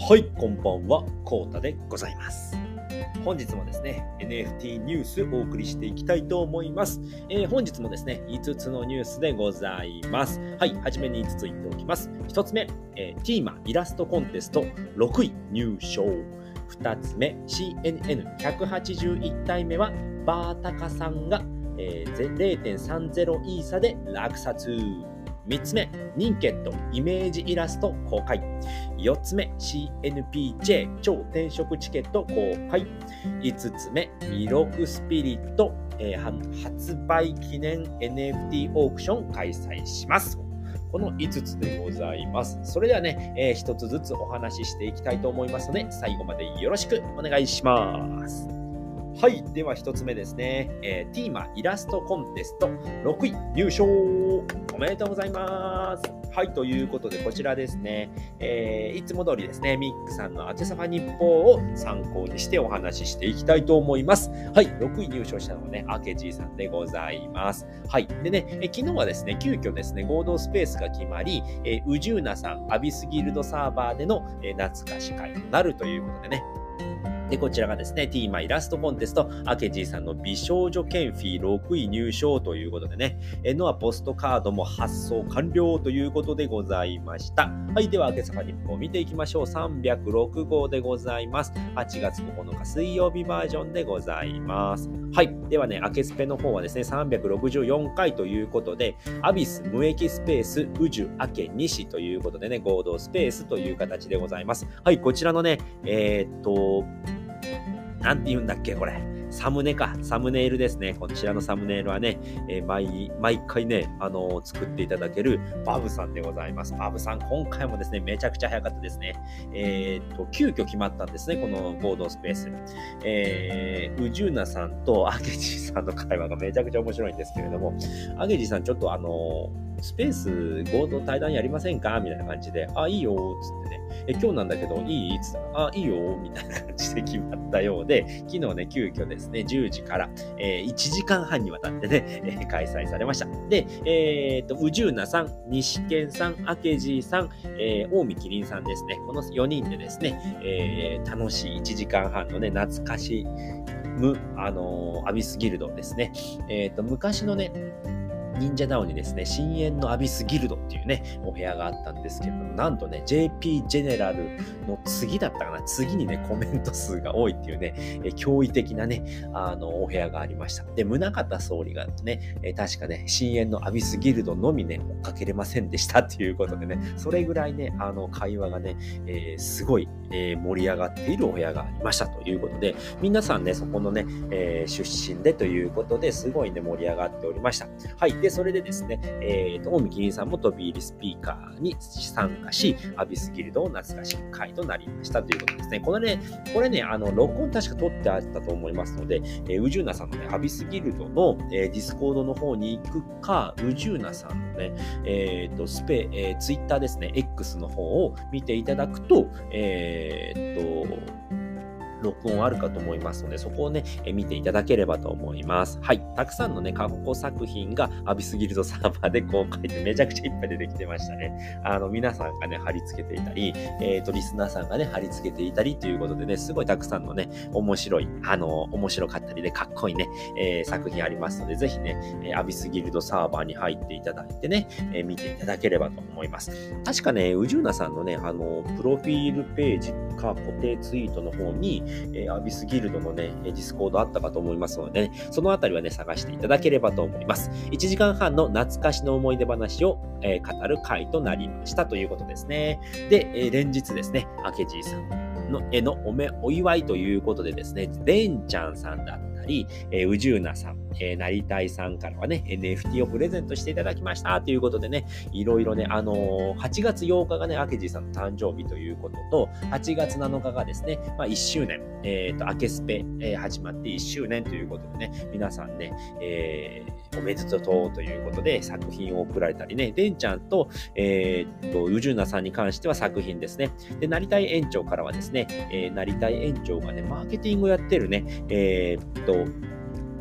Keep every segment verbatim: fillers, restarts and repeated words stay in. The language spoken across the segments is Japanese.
はい、こんばんは、コウタでございます。本日もですね、エヌエフティー ニュースお送りしていきたいと思います。えー、本日もですね、いつつのニュースでございます。はい、はじめにいつつ言っておきます。ひとつめ、えー、ティーマイラストコンテストろくい入賞。ふたつめ、シーエヌエヌひゃくはちじゅういち 体目はバータカさんが、えー、ゼロてんさんゼロ イーサで落札。みっつめ、ニンケットイメージイラスト公開。よっつめ、シーエヌピージェー 超転職チケット公開。いつつめ、ミロクスピリット、えー、発売記念 エヌエフティー オークション開催します。このいつつでございます。それではね、えー、ひとつずつお話ししていきたいと思いますので、最後までよろしくお願いします。はい。では一つ目ですね。えー、ティーマイラストコンテストろくい入賞おめでとうございます。はい。ということで、こちらですね。えー、いつも通りですね、ミックさんのアケサファ日報を参考にしてお話ししていきたいと思います。はい。ろくい入賞したのはね、アケジーさんでございます。はい。でね、え昨日はですね、急遽ですね、合同スペースが決まり、えー、ウジューナさん、アビスギルドサーバーでの、えー、懐かし会となるということでね、で、こちらがですね、ティーマイラストコンテスト、アケジーさんの美少女ケンフィーろくい入賞ということでね、えノアポストカードも発送完了ということでございました。はい、では、アケサファ日報を見ていきましょう。さんびゃくろくごうでございます。はちがつここのか水曜日バージョンでございます。はい、ではね、アケスペの方はですね、さんびゃくろくじゅうよんかいということで、アビス無益スペース宇宙アケ西ということでね、合同スペースという形でございます。はい、こちらのね、えー、っと、なんて言うんだっけこれ。サムネか。サムネイルですね。こちらのサムネイルはね、えー、毎、毎回ね、あのー、作っていただけるバブさんでございます。バブさん、今回もですね、めちゃくちゃ早かったですね。えー、っと、急遽決まったんですね、この合同スペース。えー、ウジューナさんとアゲジーさんの会話がめちゃくちゃ面白いんですけれども、アゲジーさん、ちょっとあのー、スペース合同対談やりませんかみたいな感じで、あ、いいよ、つってね、え、今日なんだけど、いいつったら、あ、いいよ、みたいな感じで決まったようで、昨日ね、急遽ですね、じゅうじから、えー、いちじかんはんにわたってね、えー、開催されました。で、えー、と、ウジューナさん、西健さん、アケジーさん、えー、大見キリンさんですね、このよにんでですね、えー、楽しいいちじかんはんのね、懐かしむ、あのー、アビスギルドですね。えー、と、昔のね、忍者ダウンにですね、深淵のアビスギルドっていうね、お部屋があったんですけれども、なんとね、ジェーピー ジェネラルの次だったかな、次にね、コメント数が多いっていうね、え驚異的なね、あの、お部屋がありました。で、宗像総理がね、え確かね、深淵のアビスギルドのみね、追っかけれませんでしたっていうことでね、それぐらいね、あの、会話がね、えー、すごい、えー、盛り上がっているお部屋がありましたということで、皆さんね、そこのね、えー、出身でということですごいね、盛り上がっておりました。はい。で、それでですね、えーと、大見キリンさんも飛び入りスピーカーに参加し、アビスギルドを懐かしく会となりましたということですね。これね、これね、あの、録音確か撮ってあったと思いますので、えー、ウジューナさんのね、アビスギルドの、えー、ディスコードの方に行くか、ウジューナさんのね、えーと、スペ、えー、ツイッターですね、X の方を見ていただくと、えーと、録音あるかと思いますので、そこをね、え見ていただければと思います。はい。たくさんのね、過去作品がアビスギルドサーバーで公開でめちゃくちゃいっぱい出てきてましたね。あの、皆さんがね、貼り付けていたり、えっと、リスナーさんがね、貼り付けていたりということでね、すごいたくさんのね、面白い、あの、面白かったりで、かっこいいね、えー、作品ありますので、ぜひね、アビスギルドサーバーに入っていただいてね、えー、見ていただければと思います。確かね、ウジューナさんのね、あの、プロフィールページか固定ツイートの方に、えー、アビスギルドのね、ディスコードあったかと思いますので、ね、そのあたりはね、探していただければと思います。いちじかんはんの懐かしの思い出話を、えー、語る回となりましたということですね。で、えー、連日ですね、アケジーさんのへのおめお祝いということでですね、レンちゃんさんだったり、えー、ウジューナさん、えー、なりたいさんからはね、エヌエフティー をプレゼントしていただきましたということでね、いろいろね、あのー、はちがつようかがね、アケジーさんの誕生日ということと、はちがつなのかがですね、まあ、いっしゅうねん、えっと、アケスペ、えー、始まっていっしゅうねんということでね、皆さんね、えー、おめでとうということで作品を送られたりね、レンちゃんと、えー、っと、ウジューナさんに関しては作品ですね。で、なりたい園長からはですね、えー、なりたい園長がね、マーケティングをやってるね、えー、っと、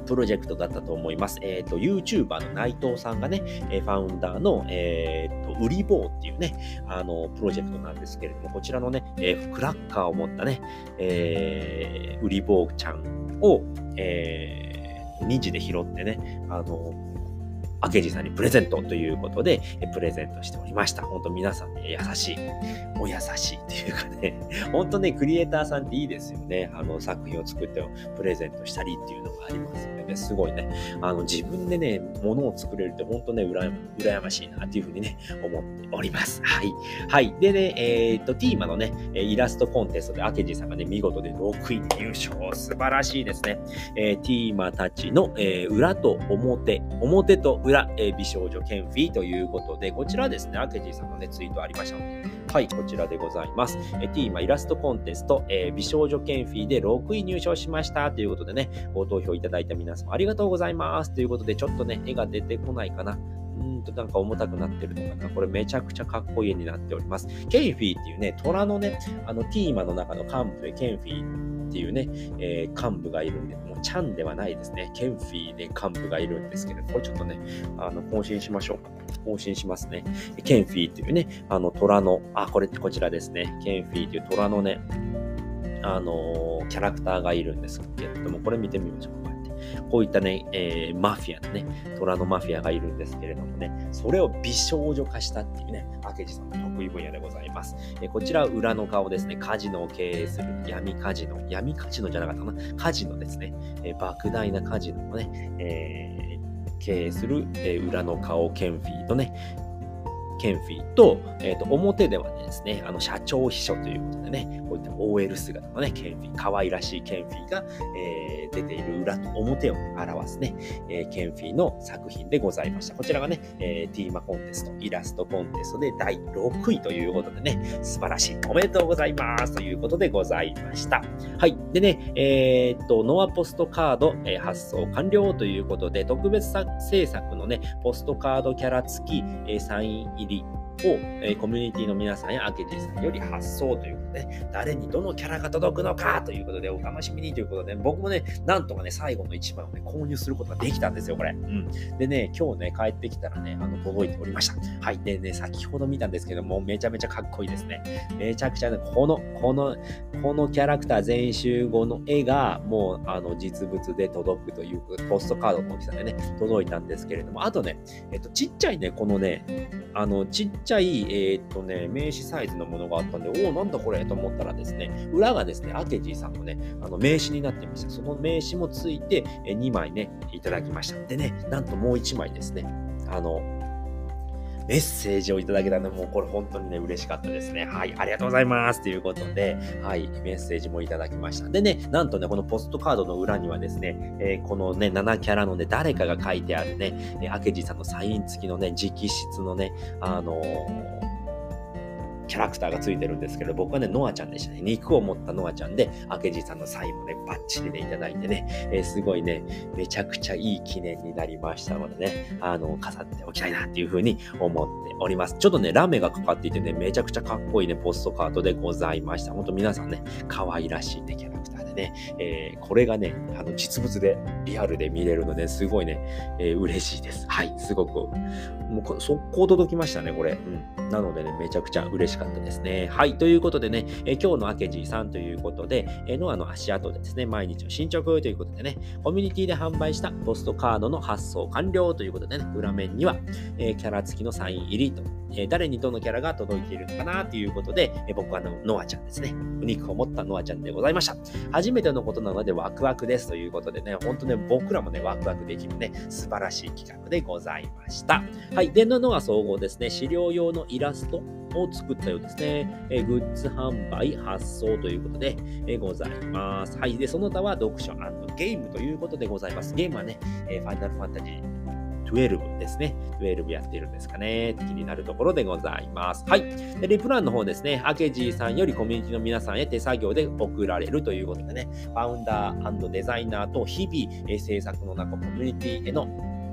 プロジェクトだったと思います。えっと、YouTuber の内藤さんがね、えーファウンダーの、えっと、ウリボーっていうね、あの、プロジェクトなんですけれども、こちらのね、えークラッカーを持ったね、えー、ウリボーちゃんを、えー、にじで拾ってね、あの、明治さんにプレゼントということで、えプレゼントしておりました。本当皆さんね、優しい。お優しいっていうかね、本当ね、クリエイターさんっていいですよね。あの、作品を作ってプレゼントしたりっていうのがありますよね。すごいね、あの、自分でね、物を作れるって本当ね、うらや、羨ましいなっていうふうにね、思っております。はい。はい。でね、えー、っと、ティーマのね、イラストコンテストで明治さんがね、見事でろくい入賞。素晴らしいですね。えー、ティーマたちの、えー、裏と表、表と裏、えー、美少女ケンフィーということで、こちらですね、明治さんのね、ツイートありましたので、はい、こちらでございます。えー、ティーマイラストコンテスト、えー、美少女ケンフィーでろくい入賞しましたということでね、ご投票いただいた皆様ありがとうございますということで、ちょっとね、絵が出てこないかな。うーんとなんか重たくなってるのかな。これめちゃくちゃかっこいい絵になっております。ケンフィーっていうね、虎のね、あのティーマの中の幹部でケンフィーっていうね、えー、幹部がいるんで、もうチャンではないですね。ケンフィーで幹部がいるんですけど、これちょっとね、あの、更新しましょうか。更新しますね。ケンフィーっていうね、あの、虎の、あ、これってこちらですね。ケンフィーっていう虎のね、あのー、キャラクターがいるんですけれども、これ見てみましょう。こうやってこういったね、えー、マフィアのね、虎のマフィアがいるんですけれどもね、それを美少女化したっていうね、明治さんの得意分野でございます。えー、こちら裏の顔ですね、カジノを経営する闇カジノ、闇カジノじゃなかったかな、カジノですね、えー、莫大なカジノをね、えー、経営する、えー、裏の顔ケンフィーとね、ケンフィーと、えっと、表ではですね、あの、社長秘書ということでね、こういった オーエル 姿のね、ケンフィー、可愛らしいケンフィーが、えー、出ている裏と表を表すね、えー、ケンフィーの作品でございました。こちらがね、えー、ティーマコンテスト、イラストコンテストでだいろくいということでね、素晴らしい。おめでとうございますということでございました。はい。でね、えー、っと、ノアポストカード、えー、発送完了ということで、特別制作のね、ポストカードキャラ付き、えー、サイン入りを、えー、コミュニティの皆さんやアケジーさんより発送ということで、ね、誰にどのキャラが届くのかということでお楽しみにということで、ね、僕もね、なんとかね、最後のいちまいをね、購入することができたんですよ、これ。うん。でね、今日ね、帰ってきたらね、あの、届いておりました。はい。でね、先ほど見たんですけども、めちゃめちゃかっこいいですね。めちゃくちゃね、この、この、このキャラクター全集後の絵が、もう、あの、実物で届くという、ポストカードの大きさでね、届いたんですけれども、あとね、えっと、ちっちゃいね、このね、あの、ちっちゃい、えー、っとね、名刺サイズのものがあったんで、おお、なんだこれと思ったらですね、裏がですね、アケジーさんのね、あの、名刺になっていました。その名刺もついて、えにまいね、いただきました。でね、なんともういちまいですね、あの、メッセージをいただけたので、もうこれ本当にね、嬉しかったですね。はい、ありがとうございますということで、はい、メッセージもいただきました。でね、なんとね、このポストカードの裏にはですね、えー、このね、ななキャラのね、誰かが書いてあるね、えー、アケジさんのサイン付きのね、直筆のね、あのー、キャラクターがついてるんですけど、僕はね、ノアちゃんでしたね。肉を持ったノアちゃんで、明治さんのサインもね、バッチリでいただいてね、えー、すごいね、めちゃくちゃいい記念になりましたのでね、あの、飾っておきたいなっていうふうに思っております。ちょっとね、ラメがかかっていてね、めちゃくちゃかっこいいね、ポストカードでございました。ほんと皆さんね、可愛らしいね、キャラクターでね、えー、これがね、あの、実物で、リアルで見れるので、すごいね、えー、嬉しいです。はい、すごく、もう、速攻届きましたね、これ。うん。なのでね、めちゃくちゃ嬉しかったですね。はい。ということでね、えー、今日のアケジーさんということで、えー、ノアの足跡でですね、毎日の進捗ということでね、コミュニティで販売したポストカードの発送完了ということでね、裏面には、えー、キャラ付きのサイン入りと、えー、誰にどのキャラが届いているのかなということで、えー、僕はのノアちゃんですね。お肉を持ったノアちゃんでございました。初めてのことなのでワクワクですということでね、本当ね、僕らもね、ワクワクできるね、素晴らしい企画でございました。はい。で、ノア総合ですね、資料用のイラストを作ったようですね。えー、グッズ販売、発送ということで、えー、ございます。はい。で、その他は読書&ゲームということでございます。ゲームはね、えー、ファイナルファンタジーじゅうにですね。じゅうにやっているんですかね。気になるところでございます。はい。で、リプランの方ですね。アケジーさんよりコミュニティの皆さんへ手作業で送られるということでね。ファウンダー&デザイナーと日々、えー、制作の中コミュニティへの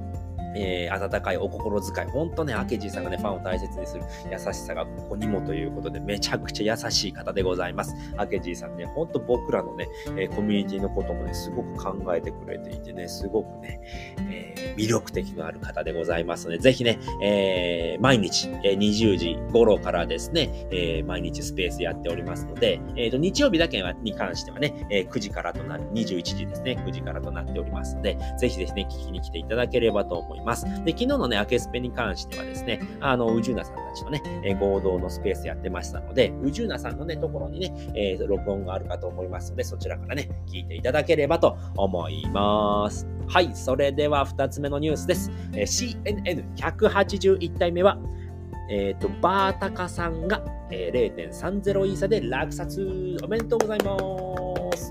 えー、温かいお心遣い、ほんとね、アケジーさんがね、ファンを大切にする優しさがここにもということで、めちゃくちゃ優しい方でございます。アケジーさんね、ほんと僕らのね、えー、コミュニティのこともね、すごく考えてくれていてね、すごくね、えー、魅力的のある方でございますので、ぜひね、えー、毎日、えー、にじゅうじ頃からですね、えー、毎日スペースやっておりますので、えーと、日曜日だけに関してはね、えー、くじからとなる、にじゅういちじですね、くじからとなっておりますので、ぜひぜひね、聞きに来ていただければと思います。で、昨日のね、アケスペに関してはですね、あの、ウジューナさんたちとね、えー、合同のスペースやってましたので、ウジューナさんのね、ところにね、えー、録音があるかと思いますので、そちらからね、聞いていただければと思います。はい、それではふたつめのニュースです。えー、シーエヌエヌひゃくはちじゅういち 体目は、えっと、バータカさんが、えー、ゼロてんさんゼロ イーサで落札。おめでとうございます。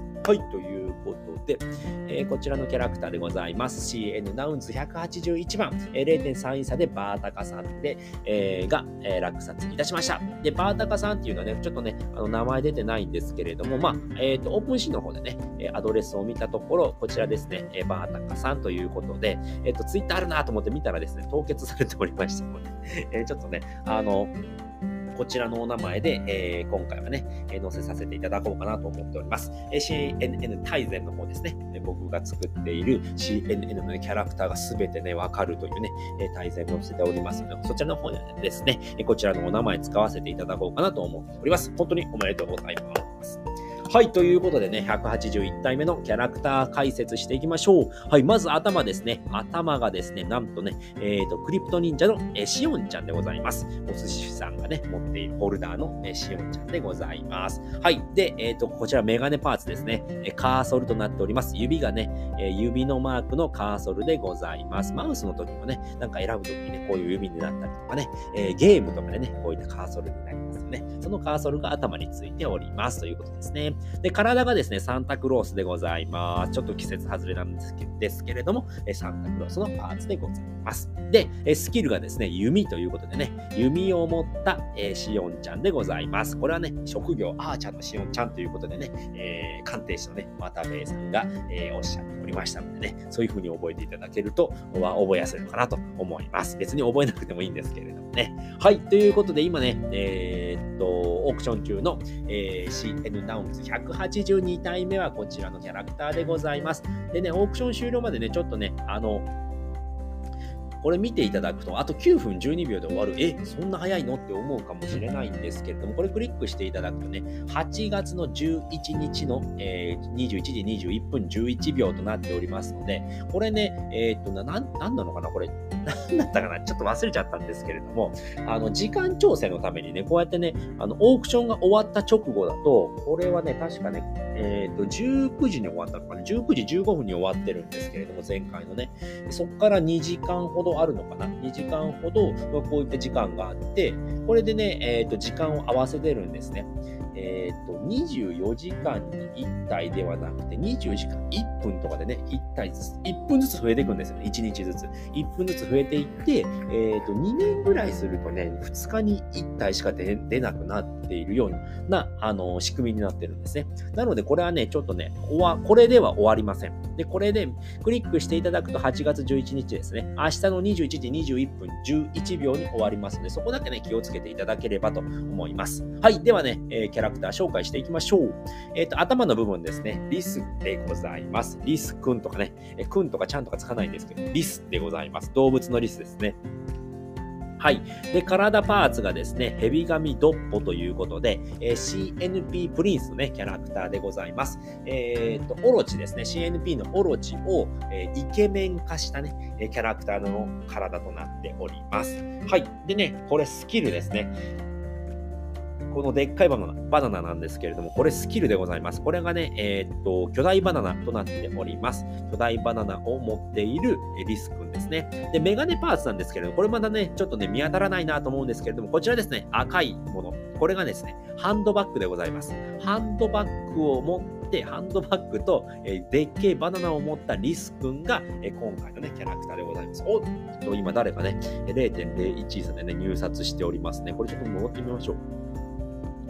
はい、ということで、えー、こちらのキャラクターでございます。シーエヌ ナウンズひゃくはちじゅういちばん、えー、ゼロてんさん イーサでバータカさんで、えー、が、えー、落札いたしました。で、バータカさんっていうのはね、ちょっとね、あの名前出てないんですけれども、まあ、えっと、オープンシーの方でね、アドレスを見たところ、こちらですね、えー、バータカさんということで、えっと、ツイッターあるなと思って見たらですね、凍結されておりましたので、えー、ちょっとね、あの、こちらのお名前で、えー、今回はね、えー、載せさせていただこうかなと思っております。えー、シーエヌエヌ 大全の方ですね、えー、僕が作っている シーエヌエヌ の、ね、キャラクターがすべてね、わかるというね、えー、大全載せておりますので、そちらの方にですね、えー、こちらのお名前使わせていただこうかなと思っております。本当におめでとうございます。はい、ということでね、ひゃくはちじゅういち体目のキャラクター解説していきましょう。はい、まず頭ですね。頭がですね、なんとね、えっと、クリプト忍者のえシオンちゃんでございます。お寿司さんがね、持っているホルダーのえシオンちゃんでございます。はい、で、えっと、こちらメガネパーツですね。えカーソルとなっております。指がね、え指のマークのカーソルでございます。マウスの時もね、なんか選ぶ時にね、こういう指になったりとかね、えー、ゲームとかでね、こういったカーソルになりますよね。そのカーソルが頭についておりますということですね。で、体がですね、サンタクロースでございます。ちょっと季節外れなんですけですけれども、サンタクロースのパーツでございます。で、スキルがですね、弓ということでね、弓を持った、えー、シオンちゃんでございます。これはね、職業アーチャーのシオンちゃんということでね、えー、鑑定士のね、渡部さんが、えー、おっしゃっておりましたのでね、そういう風に覚えていただけると、覚えやすいのかなと思います。別に覚えなくてもいいんですけれどもね。はい、ということで今ね、えー、っと、オークション中の、えー、シーエヌ ナウンズひゃくはちじゅうに体目はこちらのキャラクターでございます。でね、オークション終了までね、ちょっとね、あの、これ見ていただくと、あときゅうふんじゅうにびょうで終わる。え、そんな早いのって思うかもしれないんですけれども、これクリックしていただくとね、はちがつのじゅういちにちの、えー、にじゅういちじにじゅういっぷんじゅういちびょうとなっておりますので、これね、えー、っとな、なん、なんなのかなこれ、なんだったかなちょっと忘れちゃったんですけれども、あの、時間調整のためにね、こうやってね、あの、オークションが終わった直後だと、これはね、確かね、えー、っと、じゅうくじに終わったのかなじゅうくじじゅうごふんに終わってるんですけれども、前回のね、そこからにじかんほどあるのかなにじかんほどこういった時間があって、これでね、えっと、時間を合わせてるんですね。えっと、にじゅうよじかんにいち体ではなくて、にじゅうよじかんいっぷんとかでね、いち体ずつ、いっぷんずつ増えていくんですよね。いちにちずつ。いっぷんずつ増えていって、えっと、にねんぐらいするとね、ふつかにいち体しか出なくなっているような、あの、仕組みになってるんですね。なので、これはね、ちょっとね、終わ、これでは終わりません。で、これでクリックしていただくとはちがつじゅういちにちですね。明日のにじゅういちじにじゅういっぷんじゅういちびょうに終わりますので、そこだけね、気をつけていただければと思います。はい。ではね、えー、キャラクター紹介していきましょう。えっと、頭の部分ですね。リスでございます。リスくんとかね、えくんとかちゃんとかつかないんですけど、リスでございます。動物のリスですね。はい。で、体パーツがですね、ヘビガミドッポということで、えー、シーエヌピー プリンスのね、キャラクターでございます。えー、っと、オロチですね。シーエヌピー のオロチを、えー、イケメン化したね、キャラクターの体となっております。はい。でね、これスキルですね。このでっかいバナナ、バナナなんですけれども、これスキルでございます。これがね、えー、っと、巨大バナナとなっております。巨大バナナを持っているリス君ですね。で、メガネパーツなんですけれども、これまだね、ちょっとね、見当たらないなと思うんですけれども、こちらですね、赤いもの。これがですね、ハンドバッグでございます。ハンドバッグを持って、ハンドバッグと、えー、でっけえバナナを持ったリス君が、えー、今回のね、キャラクターでございます。おっと、今誰かね、ゼロてんゼロいち 差でね、入札しておりますね。これちょっと戻ってみましょう。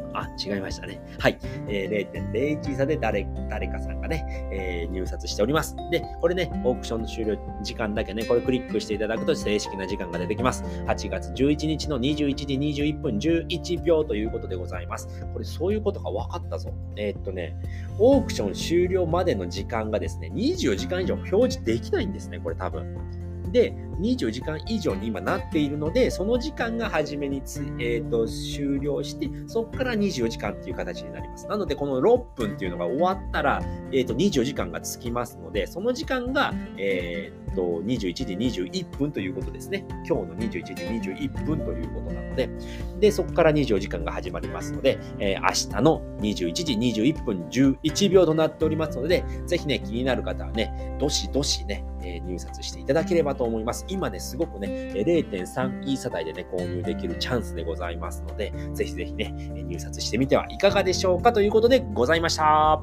あ、違いましたね。はい。えー、れいてんれいいち 差で誰、誰かさんがね、えー、入札しております。で、これね、オークションの終了時間だけね、これクリックしていただくと正式な時間が出てきます。はちがつじゅういちにちのにじゅういちじにじゅういっぷんじゅういちびょうということでございます。これそういうことが分かったぞ。えー、っとね、オークション終了までの時間がですね、にじゅうよじかん以上表示できないんですね、これ多分。で、にじゅうよじかん以上に今なっているので、その時間が初めにつ、えー、と終了して、そこからにじゅうよじかんっていう形になります。なので、このろっぷんっていうのが終わったら、えー、とにじゅうよじかんがつきますので、その時間が、えー、とにじゅういちじにじゅういっぷんということですね。今日のにじゅういちじにじゅういっぷんということなので、で、そこからにじゅうよじかんが始まりますので、えー、明日のにじゅういちじにじゅういっぷんじゅういちびょうとなっておりますので、ぜひね、気になる方はね、どしどしね、えー、入札していただければと思います。今ね、すごくね、れいてんさんイーサ代でね、購入できるチャンスでございますので、ぜひぜひね、入札してみてはいかがでしょうかということでございました。はい、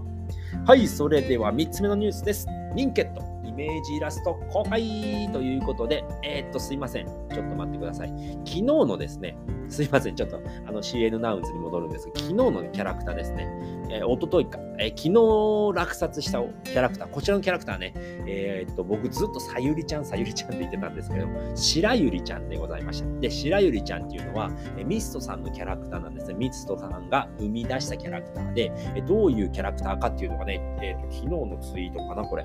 それではみっつめのニュースです。リンケット、イメージイラスト公開ということで、えー、っと、すいません。ちょっと待ってください。昨日のですね、すいません。ちょっとあの シーエヌ ナウンズに戻るんですが、昨日のキャラクターですね。えー、おとといか、えー、昨日落札したキャラクター、こちらのキャラクターね、えー、っと、僕ずっとさゆりちゃん、さゆりちゃんって言ってたんですけど、白ゆりちゃんでございました。で、白ゆりちゃんっていうのは、えー、ミストさんのキャラクターなんですね。ミストさんが生み出したキャラクターで、えー、どういうキャラクターかっていうのがね、えー、っと昨日のツイートかな、これ。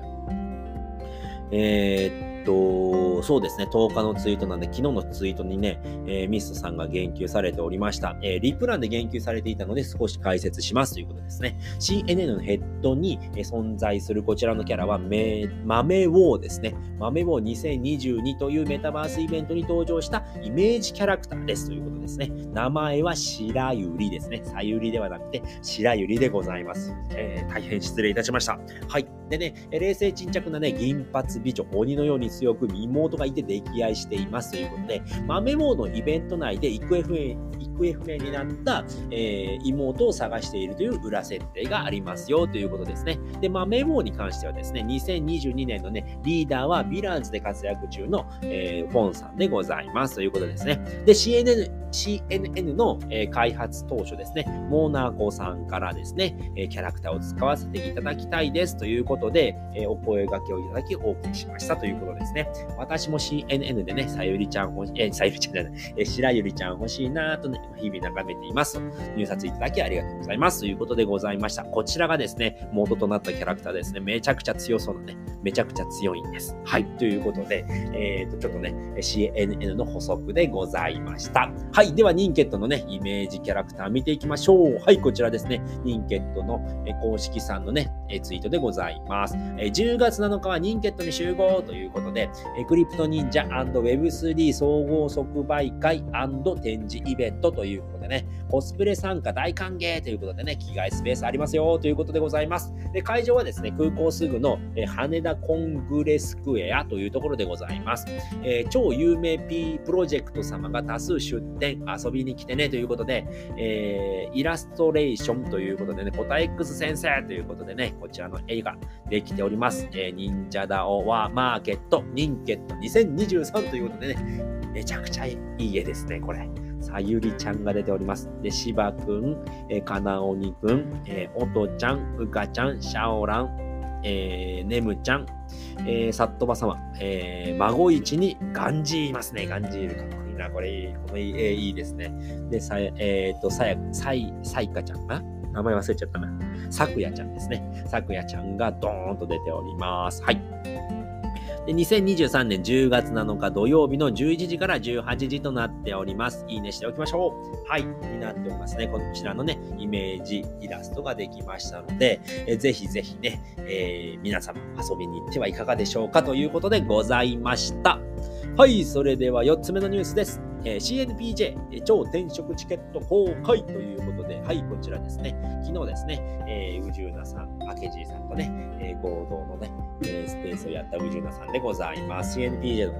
えー、っと、そうですね、とおかのツイートなんで、昨日のツイートにね、えー、ミストさんが言及されておりました。えー、リプランで言及されていたので、少し解説しますということですね。シーエヌエヌ のヘッドに、えー、存在するこちらのキャラは、豆ウォーですね。豆ウォーにせんにじゅうにというメタバースイベントに登場したイメージキャラクターですということですね。名前は白ゆりですね。さゆりではなくて、白ゆりでございます。えー、大変失礼いたしました。はい。でね、冷静沈着なね、銀髪美女、鬼のように強く妹がいて溺愛していますということで、豆モードのイベント内で行方不明、行方不明になった、えー、妹を探しているという裏設定がありますよということですね。で、豆モーに関してはですね、にせんにじゅうにねんのね、リーダーはヴィランズで活躍中の、えー、フォンさんでございますということですね。で、シーエヌエヌ、シーエヌエヌ の、えー、開発当初ですね、モーナーコさんからですね、えー、キャラクターを使わせていただきたいですということで、えー、お声掛けをいただき OK しましたということですね。私も シーエヌエヌ でね、さゆりちゃん欲しい、えー、さゆりちゃんじゃない、えー、白ゆりちゃん欲しいなぁとね、日々眺めています。入札いただきありがとうございますということでございました。こちらがですね、元となったキャラクターですね、めちゃくちゃ強そうなね、めちゃくちゃ強いんです。はい、ということで、えーと、ちょっとね、シーエヌエヌ の補足でございました。はい、では、ニンケットのね、イメージキャラクター見ていきましょう。はい、こちらですね、ニンケットの公式さんのね、ツイートでございます。じゅうがつなのかはニンケットに集合ということで、クリプト忍者 &ウェブスリー 総合即売会&展示イベントということでね、コスプレ参加大歓迎ということでね、着替えスペースありますよということでございます。で、会場はですね、空港すぐの羽田コングレスクエアというところでございます。えー、超有名 P プロジェクト様が多数出展遊びに来てねということで、えー、イラストレーションということでね、コタ X 先生ということでね、こちらの絵ができております。えー、忍者ダオはマーケット、ニンケットにせんにじゅうさんということでね、めちゃくちゃいい絵ですね、これ。さゆりちゃんが出ております。で、しばくん、えー、かなおにくん、えー、おとちゃん、うかちゃん、しゃおらん、えー、ねむちゃん、えー、さっとば様、えー、孫一にガンジーいますね。ガンジーいるかっこいいな。これ、この絵い, いいですね。で、さ、えっ、ー、と、さや、さい、さいかちゃんかな名前忘れちゃったな。さくやちゃんですね。さくやちゃんがドーンと出ております。はい。で、にせんにじゅうさんねんじゅうがつなのか土曜日のじゅういちじからじゅうはちじとなっております。いいねしておきましょう。はい。になっておりますね。こちらのね、イメージイラストができましたので、えぜひぜひね、えー、皆様遊びに行ってはいかがでしょうかということでございました。はい。それではよっつめのニュースです。えー、シーエヌピージェー 超転職チケット公開ということで、はい、こちらですね。昨日ですね、えー、宇宙なさん、明治さんとね、えー、合同のね、えー、スペースをやった宇宙なさんでございます。シーエヌピージェー のね、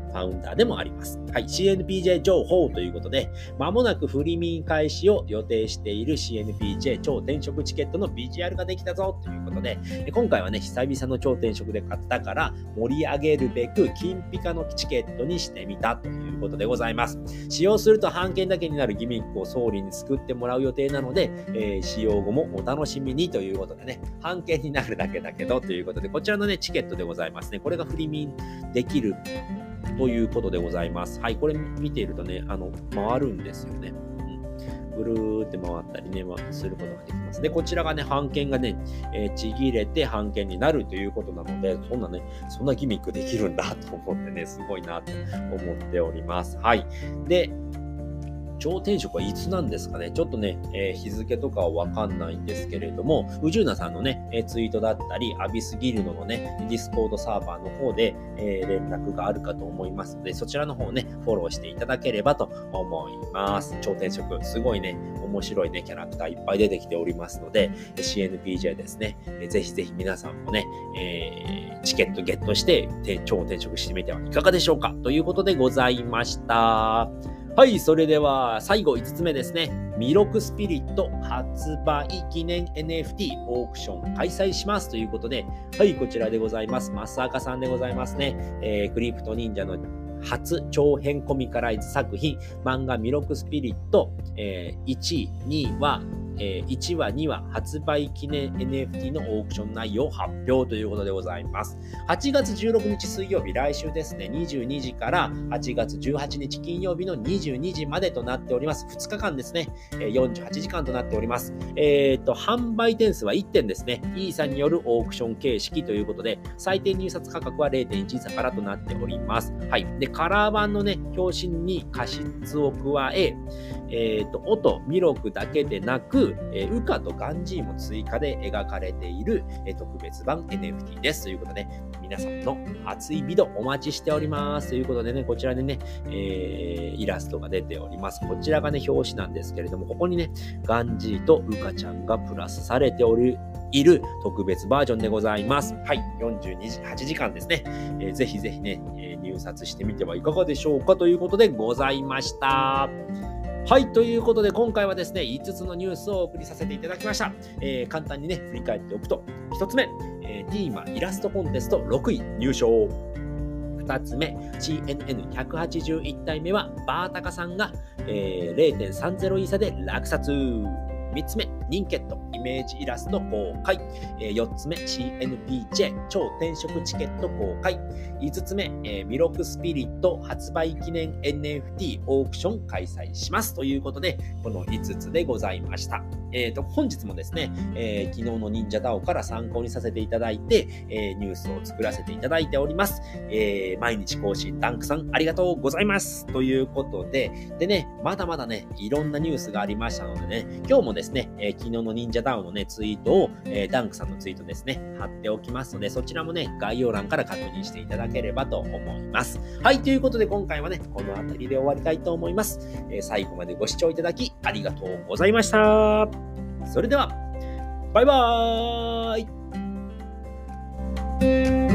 ファウンダーでもあります。はい、シーエヌピージェー 情報ということで、まもなくフリミン開始を予定している シーエヌピージェー 超転職チケットの ビジュアル ができたぞということで、今回はね、久々の超転職で買ったから盛り上げるべく金ピカのチケットにしてみたということでございます。使用すると半券だけになるギミックを総理に作ってもらう予定なので、えー、使用後もお楽しみにということでね、半券になるだけだけどということで、こちらのね、チケットでございますね。これがフリミンできるということでございます。はい、これ見ているとね、あの、回るんですよね。ぐるーって回ったりね、まあ、することができます。で、こちらがね、半券がね、えー、ちぎれて半券になるということなので、そんなね、そんなギミックできるんだと思ってね、すごいなと思っております。はい。で、超転職はいつなんですかね。ちょっとね、えー、日付とかはわかんないんですけれども、宇宙なさんのね、えー、ツイートだったり、アビスギルドのね、ディスコードサーバーの方で、えー、連絡があるかと思いますので、そちらの方をね、フォローしていただければと思います。超転職、すごいね、面白いね、キャラクターいっぱい出てきておりますので、シーエヌピージェー ですね、えー、ぜひぜひ皆さんもね、えー、チケットゲットして、超転職してみてはいかがでしょうかということでございました。はい、それでは最後いつつめですね。ミロクスピリット発売記念 エヌエフティー オークション開催しますということで、はい、こちらでございます。マスアカさんでございますね。えー、クリプト忍者の初長編コミカライズ作品、漫画ミロクスピリット、えー、いちい、にいは、えー、いちわ、にわ発売記念 エヌエフティー のオークション内容発表ということでございます。はちがつじゅうろくにち水曜日、来週ですね、にじゅうにじからはちがつじゅうはちにち金曜日のにじゅうにじまでとなっております。ふつかかんですね、よんじゅうはちじかんとなっております。えっと、販売点数はいってんですね。イーサによるオークション形式ということで、最低入札価格は れいてんいち イーサからとなっております。はい。で、カラー版のね、表紙に過失を加え、えっと、音、ミロクだけでなく、えー、ウカとガンジーも追加で描かれている、えー、特別版 エヌエフティー です。ということで、皆さんの熱いビデオお待ちしております。ということでね、こちらでね、えー、イラストが出ております。こちらがね、表紙なんですけれども、ここにね、ガンジーとウカちゃんがプラスされておる、いる特別バージョンでございます。はい、よんじゅうはちじかんですね。えー、ぜひぜひね、えー、入札してみてはいかがでしょうかということでございました。はい、ということで今回はですね、いつつのニュースをお送りさせていただきました。えー、簡単にね、振り返っておくと、ひとつめ、えー、ティーマイラストコンテストろくい入賞。ふたつめ、シーエヌエヌひゃくはちじゅういち 体目はバータカさんが、えー、れいてんさんぜろ イーサで落札。みっつめ、ニンケット、イメージイラスト公開。えー、よっつめ、シーエヌピージェー 超転職チケット公開。いつつめ、えー、ミロクスピリット発売記念 エヌエフティー オークション開催します。ということで、このいつつでございました。えーと、本日もですね、えー、昨日の忍者ダオから参考にさせていただいて、えー、ニュースを作らせていただいております。えー、毎日更新ダンクさんありがとうございます。ということで、でね、まだまだね、いろんなニュースがありましたのでね、今日もですね、えー、昨日の忍者ダウンのね、ツイートを、えー、ダンクさんのツイートですね、貼っておきますので、そちらもね、概要欄から確認していただければと思います。はい、ということで今回はね、この辺りで終わりたいと思います。えー、最後までご視聴いただきありがとうございました。それでは、バイバーイ。